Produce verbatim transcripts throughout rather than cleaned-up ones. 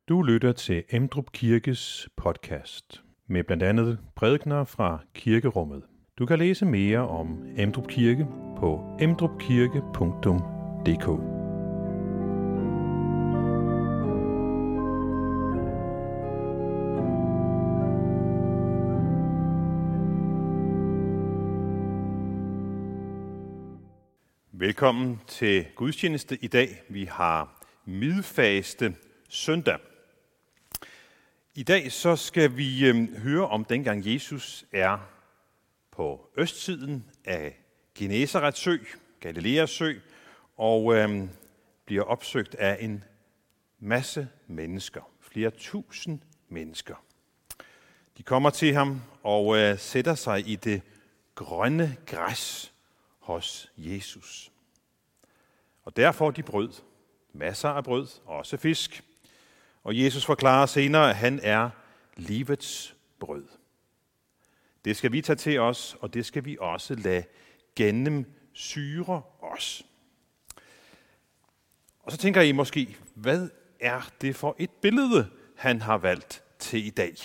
Du lytter til Emdrup Kirkes podcast med blandt andet prædikener fra kirkerummet. Du kan læse mere om Emdrup Kirke på emdrupkirke punktum d k. Velkommen til gudstjeneste i dag. Vi har midfaste søndag. I dag så skal vi øh, høre om dengang Jesus er på østsiden af Genesarets sø, Galileas sø, og øh, bliver opsøgt af en masse mennesker, flere tusind mennesker. De kommer til ham og øh, sætter sig i det grønne græs hos Jesus. Og der får de brød, masser af brød, også fisk. Og Jesus forklarer senere, at han er livets brød. Det skal vi tage til os, og det skal vi også lade gennemsyre os. Og så tænker I måske, hvad er det for et billede, han har valgt til i dag?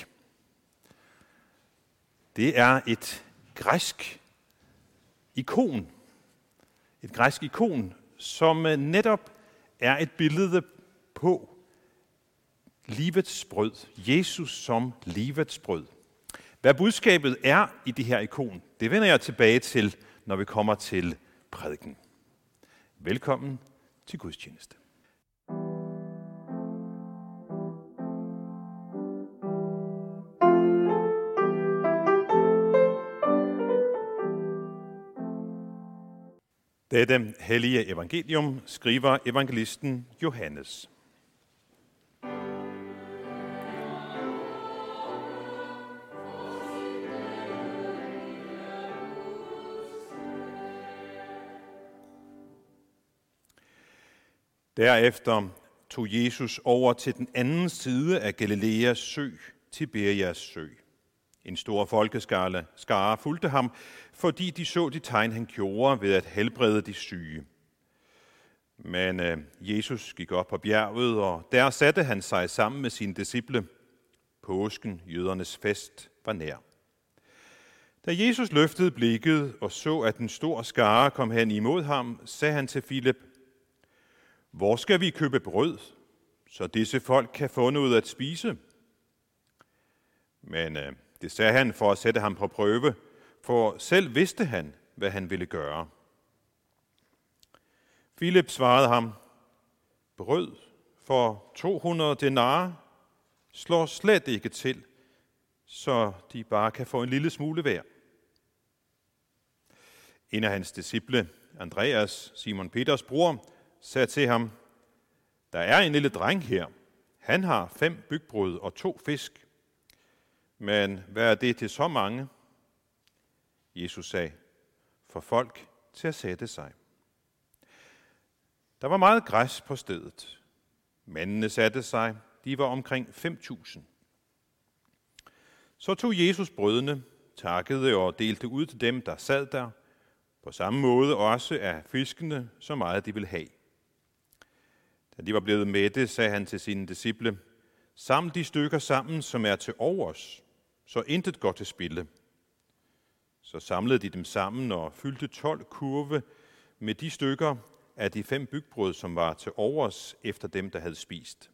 Det er et græsk ikon. Et græsk ikon, som netop er et billede på livets brød. Jesus som livets brød. Hvad budskabet er i det her ikon, det vender jeg tilbage til, når vi kommer til prædiken. Velkommen til gudstjeneste. Dette hellige evangelium skriver evangelisten Johannes. Derefter tog Jesus over til den anden side af Galileas sø, Tiberias sø. En stor folkeskare skare fulgte ham, fordi de så de tegn, han gjorde ved at helbrede de syge. Men øh, Jesus gik op på bjerget, og der satte han sig sammen med sine disciple. Påsken, jødernes fest, var nær. Da Jesus løftede blikket og så, at en stor skare kom hen imod ham, sagde han til Filip: Hvor skal vi købe brød, så disse folk kan få noget at spise? Men øh, det sagde han for at sætte ham på prøve, for selv vidste han, hvad han ville gøre. Filip svarede ham: Brød for to hundrede denarer slår slet ikke til, så de bare kan få en lille smule hver. En af hans disciple, Andreas, Simon Peters bror, sagde til ham: Der er en lille dreng her. Han har fem bygbrød og to fisk. Men hvad er det til så mange? Jesus sagde: For folk til at sætte sig. Der var meget græs på stedet. Mændene satte sig. De var omkring fem tusind. Så tog Jesus brødene, takkede og delte ud til dem, der sad der. På samme måde også af fiskene, så meget de ville have. Da de var blevet mætte, sagde han til sine disciple: Saml de stykker sammen, som er til overs, så intet går til spilde. Så samlede de dem sammen og fyldte tolv kurve med de stykker af de fem bygbrød, som var til overs efter dem, der havde spist.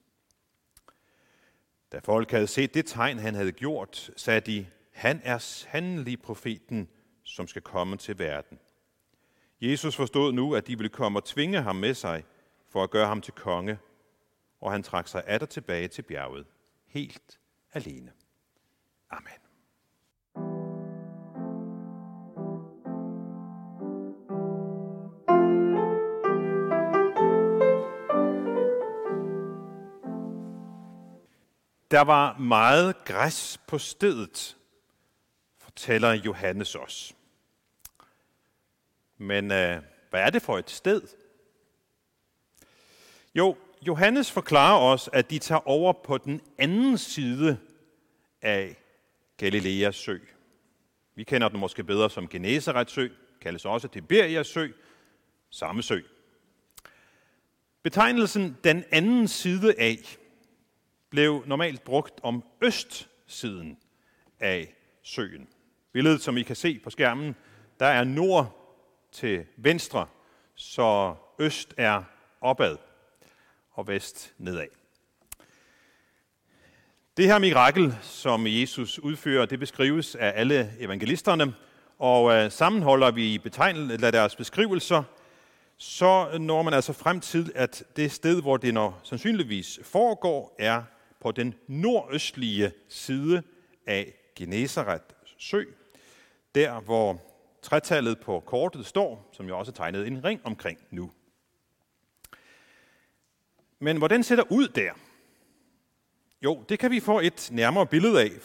Da folk havde set det tegn, han havde gjort, sagde de: Han er sandelig profeten, som skal komme til verden. Jesus forstod nu, at de ville komme og tvinge ham med sig for at gøre ham til konge, og han trak sig atter tilbage til bjerget, helt alene. Amen. Der var meget græs på stedet, fortæller Johannes os. Men øh, hvad er det for et sted? Jo, Johannes forklarer os, at de tager over på den anden side af Galileas sø. Vi kender den måske bedre som Genesarets sø, kaldes også Tiberias sø, samme sø. Betegnelsen den anden side af blev normalt brugt om østsiden af søen. Billedet, som I kan se på skærmen, der er nord til venstre, så øst er opad og vest nedad. Det her mirakel, som Jesus udfører, det beskrives af alle evangelisterne, og sammenholder vi betegnelser af deres beskrivelser, så når man altså frem til, at det sted, hvor det når sandsynligvis foregår, er på den nordøstlige side af Genesaret sø, der hvor tretallet på kortet står, som jeg også har tegnet en ring omkring nu. Men hvordan ser det ud der? Jo, det kan vi få et nærmere billede af.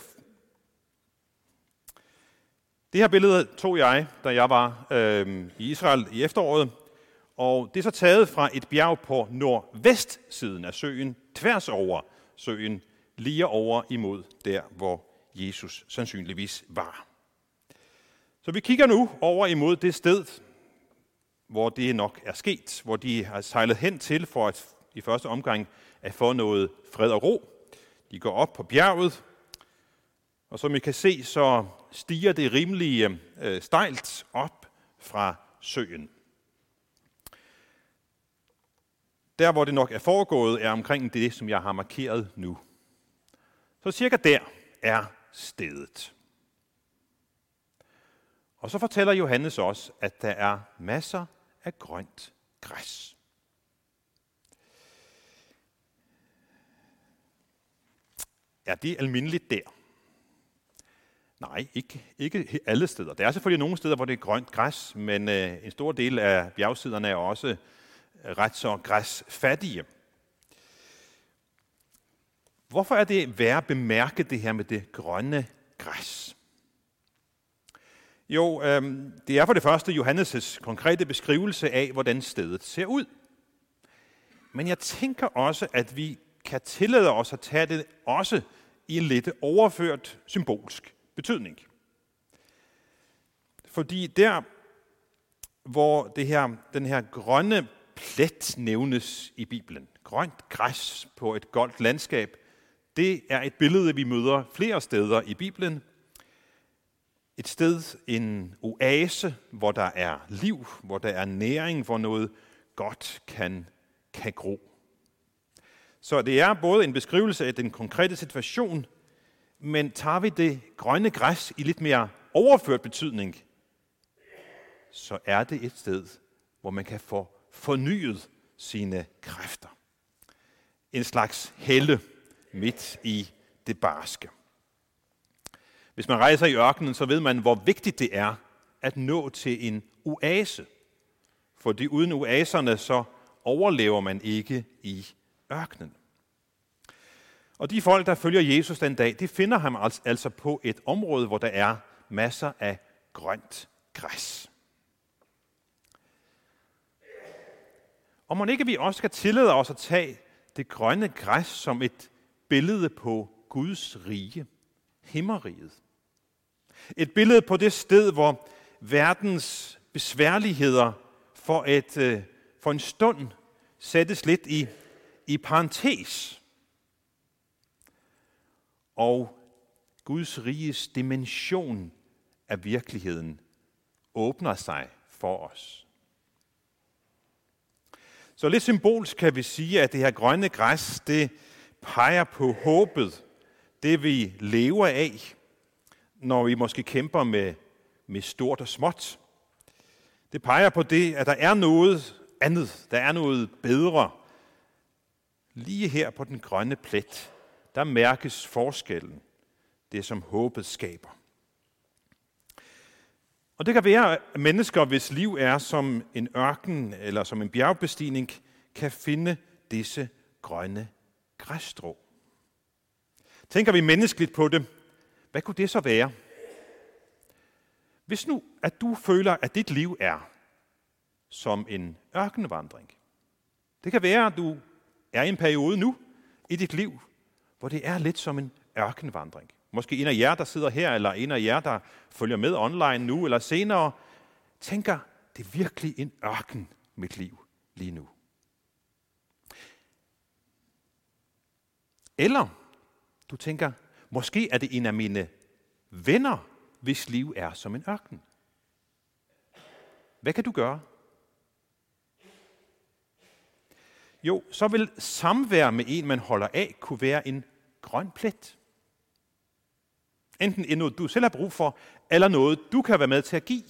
Det her billede tog jeg, da jeg var øh, i Israel i efteråret, og det er så taget fra et bjerg på nordvestsiden af søen, tværs over søen, lige over imod der, hvor Jesus sandsynligvis var. Så vi kigger nu over imod det sted, hvor det nok er sket, hvor de har sejlet hen til for at i første omgang at få noget fred og ro. De går op på bjerget, og som I kan se, så stiger det rimelig øh, stejlt op fra søen. Der, hvor det nok er foregået, er omkring det, som jeg har markeret nu. Så cirka der er stedet. Og så fortæller Johannes også, at der er masser af grønt græs. Er det almindeligt der? Nej, ikke, ikke alle steder. Der er selvfølgelig nogle steder, hvor det er grønt græs, men øh, en stor del af bjergsiderne er også ret så græsfattige. Hvorfor er det værd at bemærke det her med det grønne græs? Jo, øh, det er for det første Johannes' konkrete beskrivelse af, hvordan stedet ser ud. Men jeg tænker også, at vi kan tillade os at tage det også i en lidt overført symbolsk betydning. Fordi der, hvor det her, den her grønne plet nævnes i Bibelen, grønt græs på et goldt landskab, det er et billede, vi møder flere steder i Bibelen. Et sted, en oase, hvor der er liv, hvor der er næring, hvor noget godt kan, kan gro. Så det er både en beskrivelse af den konkrete situation, men tager vi det grønne græs i lidt mere overført betydning, så er det et sted, hvor man kan få fornyet sine kræfter. En slags helle midt i det barske. Hvis man rejser i ørkenen, så ved man, hvor vigtigt det er at nå til en oase. Fordi uden oaserne, så overlever man ikke i ørkenen. Og de folk, der følger Jesus den dag, de finder ham altså på et område, hvor der er masser af grønt græs. Og må ikke vi også skal tillade os at tage det grønne græs som et billede på Guds rige, himmeriget. Et billede på det sted, hvor verdens besværligheder for, et, for en stund sættes lidt i, i parentes. Og Guds riges dimension af virkeligheden åbner sig for os. Så lidt symbolsk kan vi sige, at det her grønne græs, det peger på håbet, det vi lever af, når vi måske kæmper med, med stort og småt. Det peger på det, at der er noget andet, der er noget bedre. Lige her på den grønne plet, der mærkes forskellen, det som håbet skaber. Og det kan være, at mennesker, hvis liv er som en ørken eller som en bjergbestigning, kan finde disse grønne græsstrå. Tænker vi menneskeligt på det, hvad kunne det så være? Hvis nu, at du føler, at dit liv er som en ørkenvandring. Det kan være, at du er i en periode nu i dit liv, hvor det er lidt som en ørkenvandring. Måske en af jer, der sidder her, eller en af jer, der følger med online nu eller senere, tænker, det er virkelig en ørken, mit liv lige nu. Eller Du tænker, måske er det en af mine venner, hvis liv er som en ørken. Hvad kan du gøre? Jo, så vil samvær med en, man holder af, kunne være en grøn plet. Enten noget, du selv har brug for, eller noget, du kan være med til at give.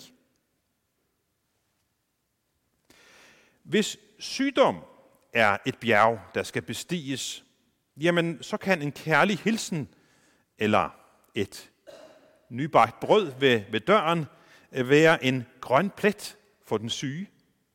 Hvis sygdom er et bjerg, der skal bestiges, jamen så kan en kærlig hilsen eller et nybagt brød ved, ved døren være en grøn plet for den syge.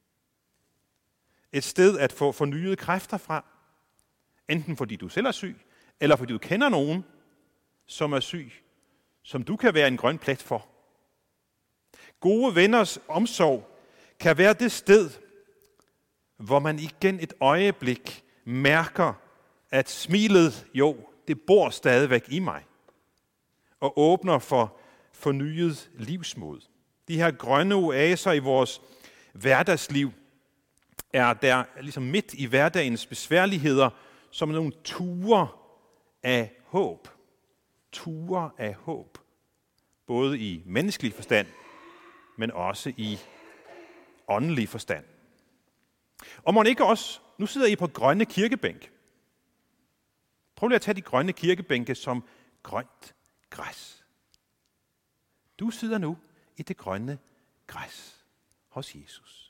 Et sted at få fornyede kræfter fra, enten fordi du selv er syg, eller fordi du kender nogen, som er syg, som du kan være en grøn plet for. Gode venners omsorg kan være det sted, hvor man igen et øjeblik mærker, at smilet, jo, det bor stadigvæk i mig, og åbner for fornyet livsmod. De her grønne oaser i vores hverdagsliv er der ligesom midt i hverdagens besværligheder, som nogle ture af håb. Ture af håb. Både i menneskelig forstand, men også i åndelig forstand. Og må ikke også, nu sidder I på grønne kirkebænke. Prøv lige at tage de grønne kirkebænke som grønt græs. Du sidder nu i det grønne græs hos Jesus.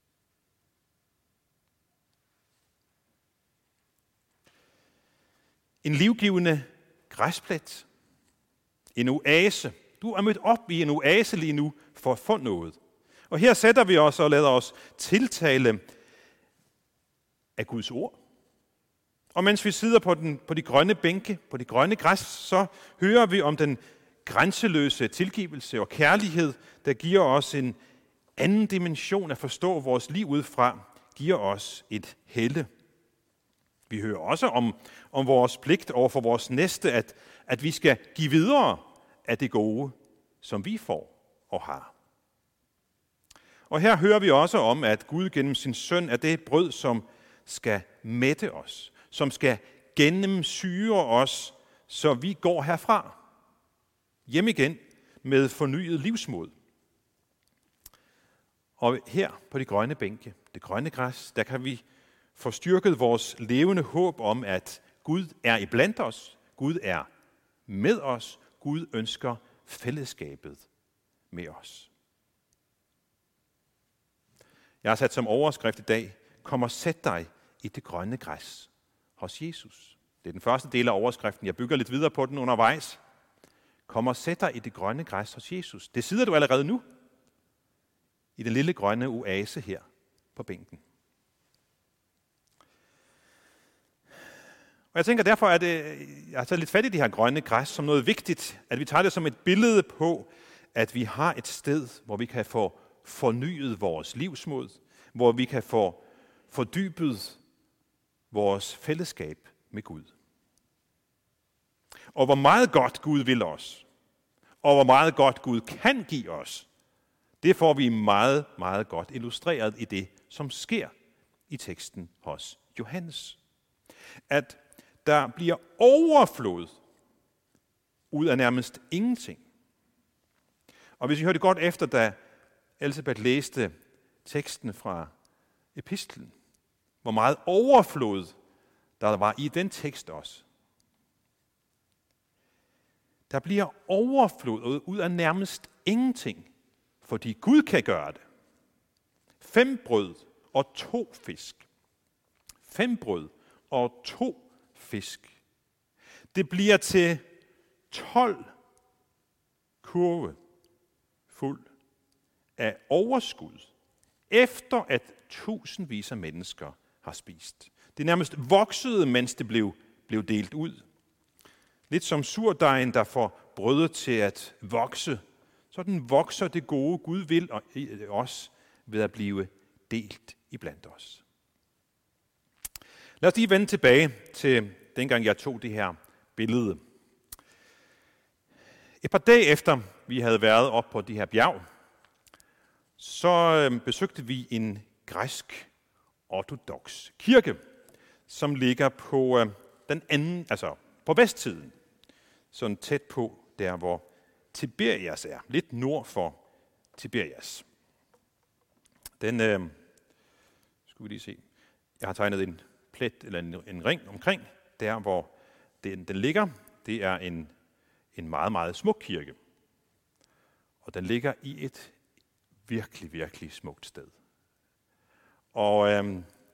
En livgivende græsplet. En oase. Du er mødt op i en oase lige nu for at få noget. Og her sætter vi os og lader os tiltale af Guds ord. Og mens vi sidder på, den, på de grønne bænke, på de grønne græs, så hører vi om den grænseløse tilgivelse og kærlighed, der giver os en anden dimension at forstå vores liv ud fra, giver os et helle. Vi hører også om, om vores pligt over for vores næste, at, at vi skal give videre af det gode, som vi får og har. Og her hører vi også om, at Gud gennem sin søn er det brød, som skal mætte os, som skal gennemsyre os, så vi går herfra hjem igen med fornyet livsmod. Og her på de grønne bænke, det grønne græs, der kan vi få styrket vores levende håb om, at Gud er iblandt os, Gud er med os, Gud ønsker fællesskabet med os. Jeg har sat som overskrift i dag, kom og sæt dig i det grønne græs hos Jesus. Det er den første del af overskriften. Jeg bygger lidt videre på den undervejs. Kom og sæt dig i det grønne græs hos Jesus. Det sidder du allerede nu i den lille grønne oase her på bænken. Og jeg tænker, derfor er det, jeg har taget lidt fat i de her grønne græs som noget vigtigt, at vi tager det som et billede på, at vi har et sted, hvor vi kan få fornyet vores livsmod, hvor vi kan få fordybet vores fællesskab med Gud. Og hvor meget godt Gud vil os, og hvor meget godt Gud kan give os, det får vi meget, meget godt illustreret i det, som sker i teksten hos Johannes. At der bliver overflod ud af nærmest ingenting. Og hvis I hørte godt efter, da Elisabeth læste teksten fra epistlen, hvor meget overflod der var i den tekst også. Der bliver overflod ud af nærmest ingenting, fordi Gud kan gøre det. Fem brød og to fisk. Fem brød og to fisk. Det bliver til tolv kurve fuld af overskud, efter at tusindvis af mennesker har spist. Det nærmest voksede, mens det blev, blev delt ud. Lidt som surdejen, der får brødet til at vokse. Sådan vokser det gode Gud vil os ved at blive delt iblandt os. Lad os lige vende tilbage til dengang jeg tog det her billede. Et par dage efter vi havde været op på de her bjerg, så besøgte vi en græsk ortodoks kirke, som ligger på den anden, altså på vestsiden sådan tæt på der, hvor Tiberias er. Lidt nord for Tiberias. Den, øh, skal vi lige se. Jeg har tegnet en plet eller en, en ring omkring, der hvor den, den ligger. Det er en, en meget, meget smuk kirke. Og den ligger i et virkelig, virkelig smukt sted. Og øh,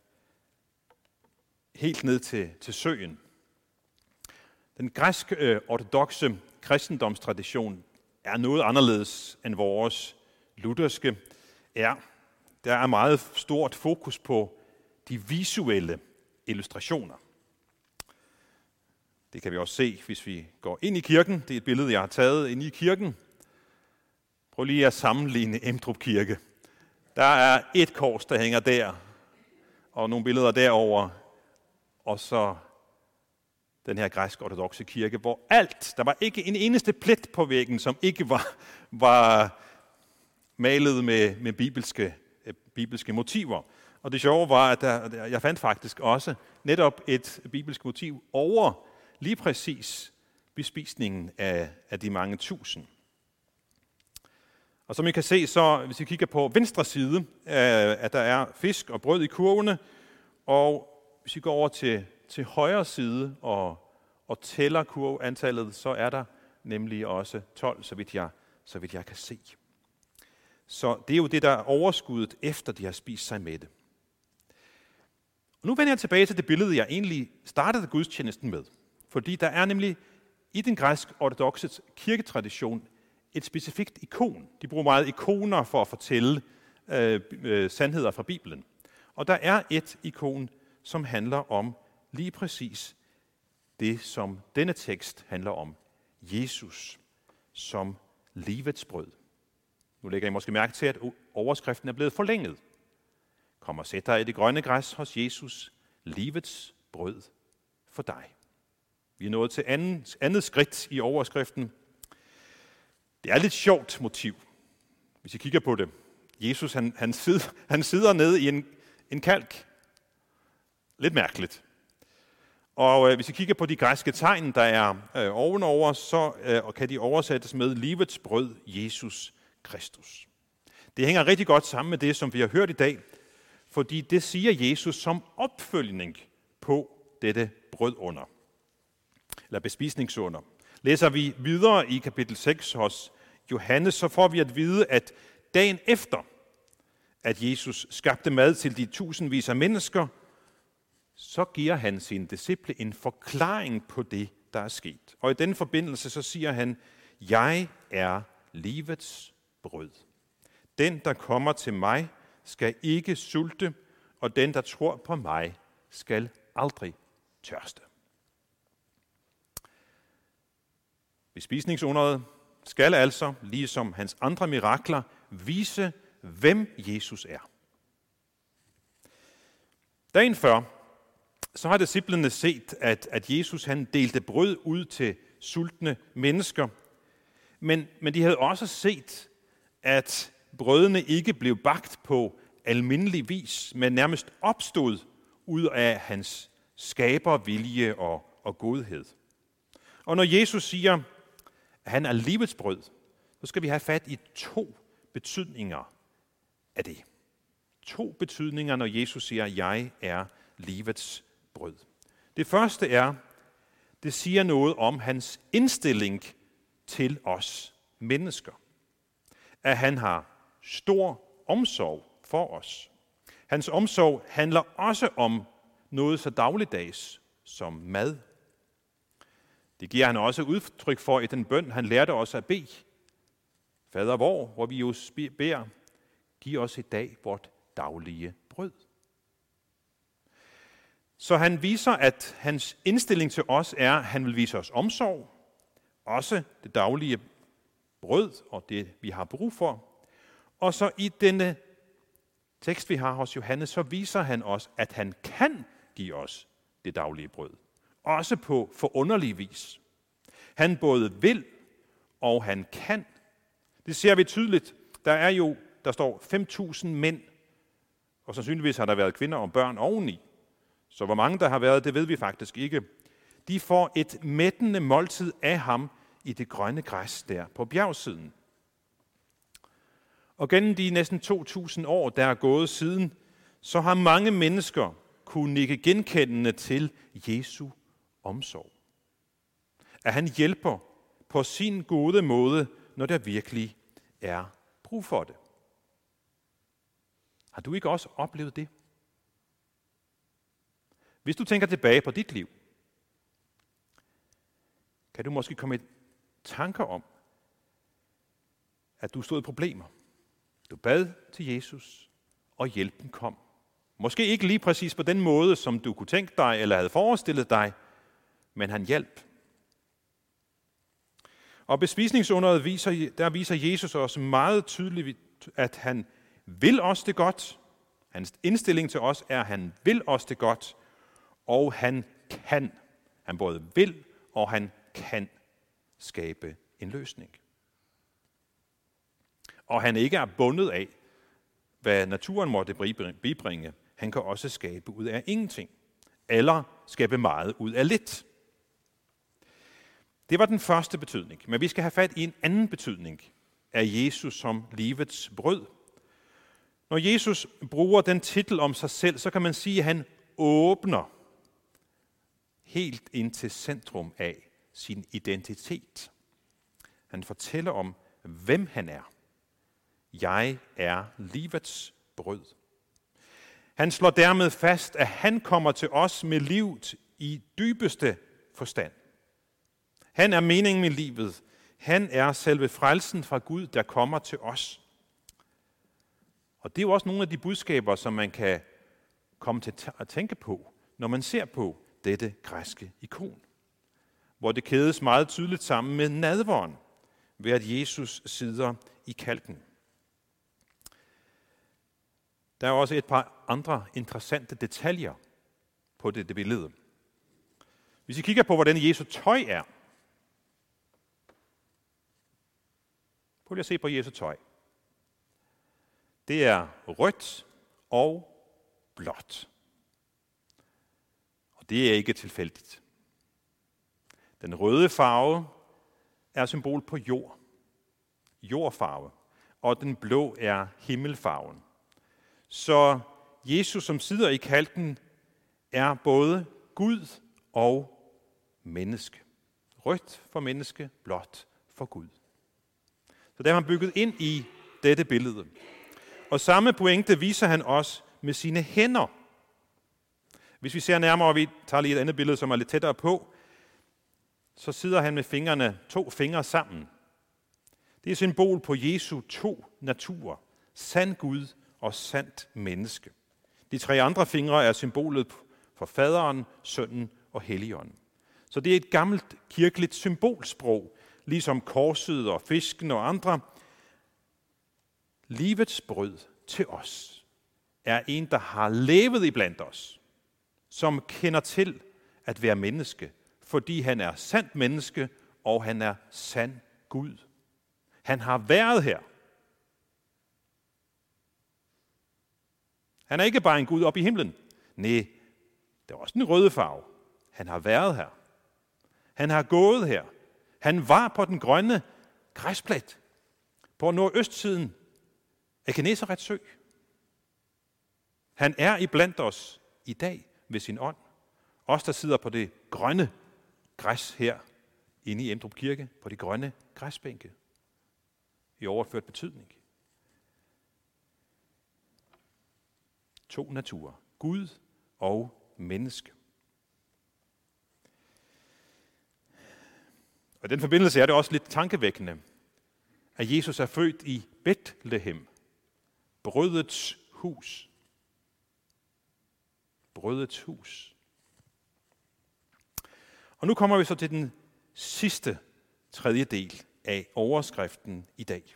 helt ned til, til søen. Den græske øh, ortodokse kristendomstradition er noget anderledes end vores lutherske er. Der er meget stort fokus på de visuelle illustrationer. Det kan vi også se, hvis vi går ind i kirken. Det er et billede, jeg har taget ind i kirken. Prøv lige at sammenligne Emdrup Kirke. Der er et kors, der hænger der, og nogle billeder derover, og så den her græsk-ortodokse kirke, hvor alt, der var ikke en eneste plet på væggen, som ikke var, var malet med, med bibelske, bibelske motiver. Og det sjove var, at der, jeg fandt faktisk også netop et bibelsk motiv over lige præcis bespisningen af, af de mange tusind. Og som I kan se, så hvis I kigger på venstre side, at der er fisk og brød i kurvene, og hvis I går over til, til højre side og, og tæller kurveantallet, så er der nemlig også tolv, så vidt jeg, så vidt jeg kan se. Så det er jo det, der er overskuddet, efter de har spist sig med det. Og nu vender jeg tilbage til det billede, jeg egentlig startede gudstjenesten med. Fordi der er nemlig i den græsk-ortodokse kirketradition et specifikt ikon. De bruger meget ikoner for at fortælle øh, øh, sandheder fra Bibelen. Og der er et ikon, som handler om lige præcis det, som denne tekst handler om. Jesus som livets brød. Nu lægger I måske mærke til, at overskriften er blevet forlænget. Kom og sæt dig i det grønne græs hos Jesus, livets brød for dig. Vi er nået til anden, andet skridt i overskriften. Det er et lidt sjovt motiv, hvis I kigger på det. Jesus han, han, sidder, han sidder nede i en, en kalk. Lidt mærkeligt. Og øh, hvis I kigger på de græske tegn, der er øh, ovenover, så øh, kan de oversættes med livets brød, Jesus Kristus. Det hænger rigtig godt sammen med det, som vi har hørt i dag, fordi det siger Jesus som opfølgning på dette brødunder, eller bespisningsunder. Læser vi videre i kapitel seks hos Johannes, så får vi at vide, at dagen efter, at Jesus skabte mad til de tusindvis af mennesker, så giver han sine disciple en forklaring på det, der er sket. Og i den forbindelse så siger han, jeg er livets brød. Den, der kommer til mig, skal ikke sulte, og den, der tror på mig, skal aldrig tørste. Bespisningsunderet skal altså, ligesom hans andre mirakler, vise, hvem Jesus er. Dagen før, så har disciplene set, at, at Jesus han delte brød ud til sultne mennesker, men, men de havde også set, at brødene ikke blev bagt på almindelig vis, men nærmest opstod ud af hans skabervilje og, og godhed. Og når Jesus siger, at han er livets brød, så skal vi have fat i to betydninger af det. To betydninger, når Jesus siger, jeg er livets brød. Det første er, det siger noget om hans indstilling til os mennesker. At han har stor omsorg for os. Hans omsorg handler også om noget så dagligdags som mad. Det giver han også udtryk for i den bøn, han lærte os at bede. Fader vor, hvor vi jo beder, giv os i dag vort daglige brød. Så han viser, at hans indstilling til os er, at han vil vise os omsorg, også det daglige brød og det, vi har brug for. Og så i denne tekst, vi har hos Johannes, så viser han os, at han kan give os det daglige brød. Også på forunderlig vis. Han både vil, og han kan. Det ser vi tydeligt. Der er jo, der står fem tusind mænd, og sandsynligvis har der været kvinder og børn oveni. Så hvor mange der har været, det ved vi faktisk ikke. de får et mættende måltid af ham i det grønne græs der på bjergsiden. Og gennem de næsten to tusind år, der er gået siden, så har mange mennesker kunne nikke genkendende til Jesu omsorg. At han hjælper på sin gode måde, når der virkelig er brug for det. Har du ikke også oplevet det? Hvis du tænker tilbage på dit liv, kan du måske komme i tanker om, at du stod i problemer. Du bad til Jesus, og hjælpen kom. Måske ikke lige præcis på den måde, som du kunne tænke dig eller havde forestillet dig, men han hjalp. Og bespisningsunderet viser, der viser Jesus os meget tydeligt, at han vil os det godt. Hans indstilling til os er, at han vil os det godt, og han kan. Han både vil, og han kan skabe en løsning. Og han ikke er bundet af, hvad naturen måtte bibringe. Han kan også skabe ud af ingenting, eller skabe meget ud af lidt. Det var den første betydning, men vi skal have fat i en anden betydning af Jesus som livets brød. Når Jesus bruger den titel om sig selv, så kan man sige, at han åbner helt ind til centrum af sin identitet. Han fortæller om, hvem han er. Jeg er livets brød. Han slår dermed fast, at han kommer til os med livet i dybeste forstand. Han er meningen med livet. Han er selve frelsen fra Gud, der kommer til os. Og det er jo også nogle af de budskaber, som man kan komme til at tænke på, når man ser på dette græske ikon, hvor det kædes meget tydeligt sammen med nadveren, ved at Jesus sidder i kalken. Der er også et par andre interessante detaljer på dette billede. Hvis I kigger på, hvordan Jesu tøj er, prøv lige at se på Jesu tøj. Det er rødt og blåt. Og det er ikke tilfældigt. Den røde farve er symbol på jord, jordfarve, og den blå er himmelfarven. Så Jesus, som sidder i kalken, er både Gud og menneske. Rødt for menneske, blåt for Gud. Så der er han bygget ind i dette billede. Og samme pointe viser han også med sine hænder. Hvis vi ser nærmere, og vi tager lige et andet billede, som er lidt tættere på, så sidder han med fingrene, to fingre sammen. Det er symbol på Jesu to naturer, sand Gud og sandt menneske. De tre andre fingre er symbolet for faderen, sønnen og helligånden. Så det er et gammelt kirkeligt symbolsprog, ligesom korset og fisken og andre. Livets brød til os er en, der har levet iblandt os, som kender til at være menneske, fordi han er sandt menneske, og han er sand Gud. Han har været her. Han er ikke bare en Gud oppe i himlen. Nej, det er også den røde farve. Han har været her. Han har gået her. Han var på den grønne græsplet på nordøstsiden af Genesarets sø. Han er iblandt os i dag ved sin ånd. Os, der sidder på det grønne græs her inde i Emdrup Kirke, på de grønne græsbænke, i overført betydning. To naturer, Gud og menneske. Og i den forbindelse er det også lidt tankevækkende, at Jesus er født i Betlehem, brødets hus. Brødets hus. Og nu kommer vi så til den sidste tredje del af overskriften i dag.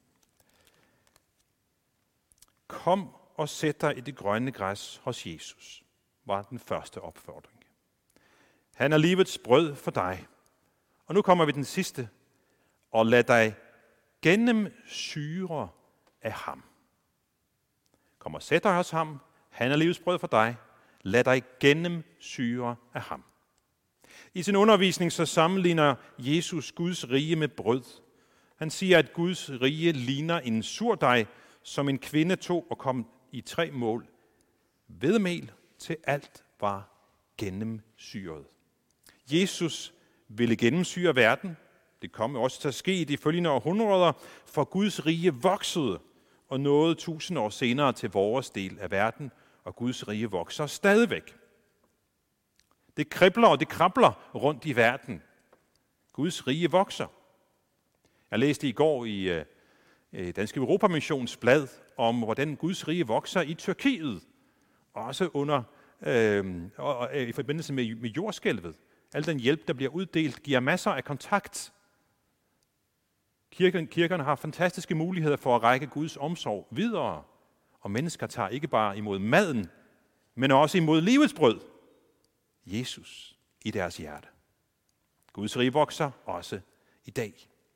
Kom og sæt dig i det grønne græs hos Jesus, var den første opfordring. Han er livets brød for dig. Og nu kommer vi den sidste, og lad dig gennemsyre af ham. Kom og sæt dig hos ham. Han er livets brød for dig. Lad dig gennemsyre af ham. I sin undervisning så sammenligner Jesus Guds rige med brød. Han siger, at Guds rige ligner en surdej, som en kvinde tog og kom i tre mål hvedemel, til alt var gennemsyret. Jesus ville gennemsyre verden. Det kom også til at ske i de følgende århundreder, for Guds rige voksede og nåede tusind år senere til vores del af verden, og Guds rige vokser stadigvæk. Det kribler og det krabler rundt i verden. Guds rige vokser. Jeg læste i går i uh, Danske Europamissions blad om, hvordan Guds rige vokser i Tyrkiet, også under øh, og, og, i forbindelse med, med jordskælvet. Al den hjælp, der bliver uddelt, giver masser af kontakt. Kirken, kirkerne har fantastiske muligheder for at række Guds omsorg videre, og mennesker tager ikke bare imod maden, men også imod livets brød, Jesus, i deres hjerte. Guds rige vokser også i dag.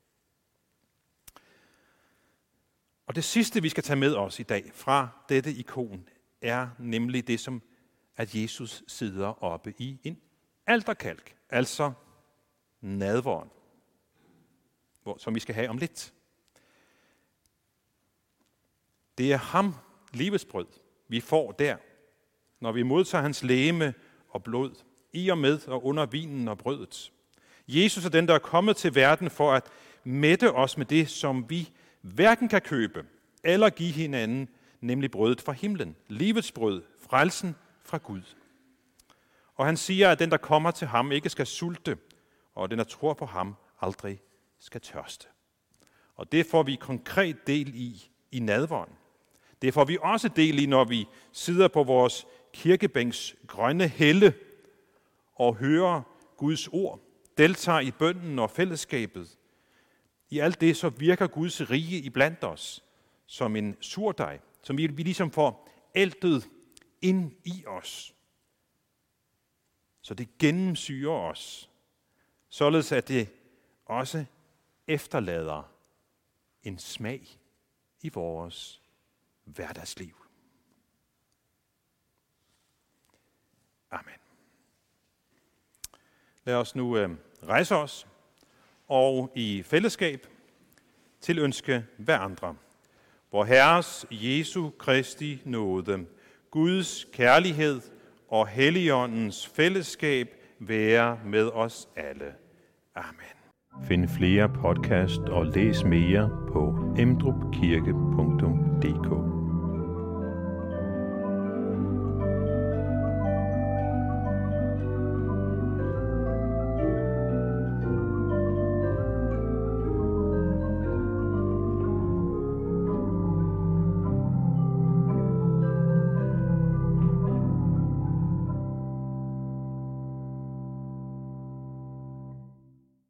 Og det sidste, vi skal tage med os i dag fra dette ikon, er nemlig det, som at Jesus sidder oppe i en alterkalk, altså nadveren, som vi skal have om lidt. Det er ham, livets brød, vi får der, når vi modtager hans legeme og blod, i og med og under vinen og brødet. Jesus er den, der er kommet til verden for at mætte os med det, som vi hverken kan købe eller give hinanden, nemlig brødet fra himlen, livets brød, frelsen fra Gud. Og han siger, at den, der kommer til ham, ikke skal sulte, og den, der tror på ham, aldrig skal tørste. Og det får vi konkret del i i nadveren. Det får vi også del i, når vi sidder på vores kirkebænks grønne helle og hører Guds ord, deltager i bønnen og fællesskabet. I alt det så virker Guds rige iblandt os som en surdej, som vi ligesom får æltet ind i os. Så det gennemsyrer os, således at det også efterlader en smag i vores hverdagsliv. Amen. Lad os nu øh, rejse os og i fællesskab tilønske hverandre. Vor Herres Jesu Kristi nåde, Guds kærlighed og Helligåndens fællesskab være med os alle. Amen. Find flere podcast og læs mere på emdrupkirke punktum d k.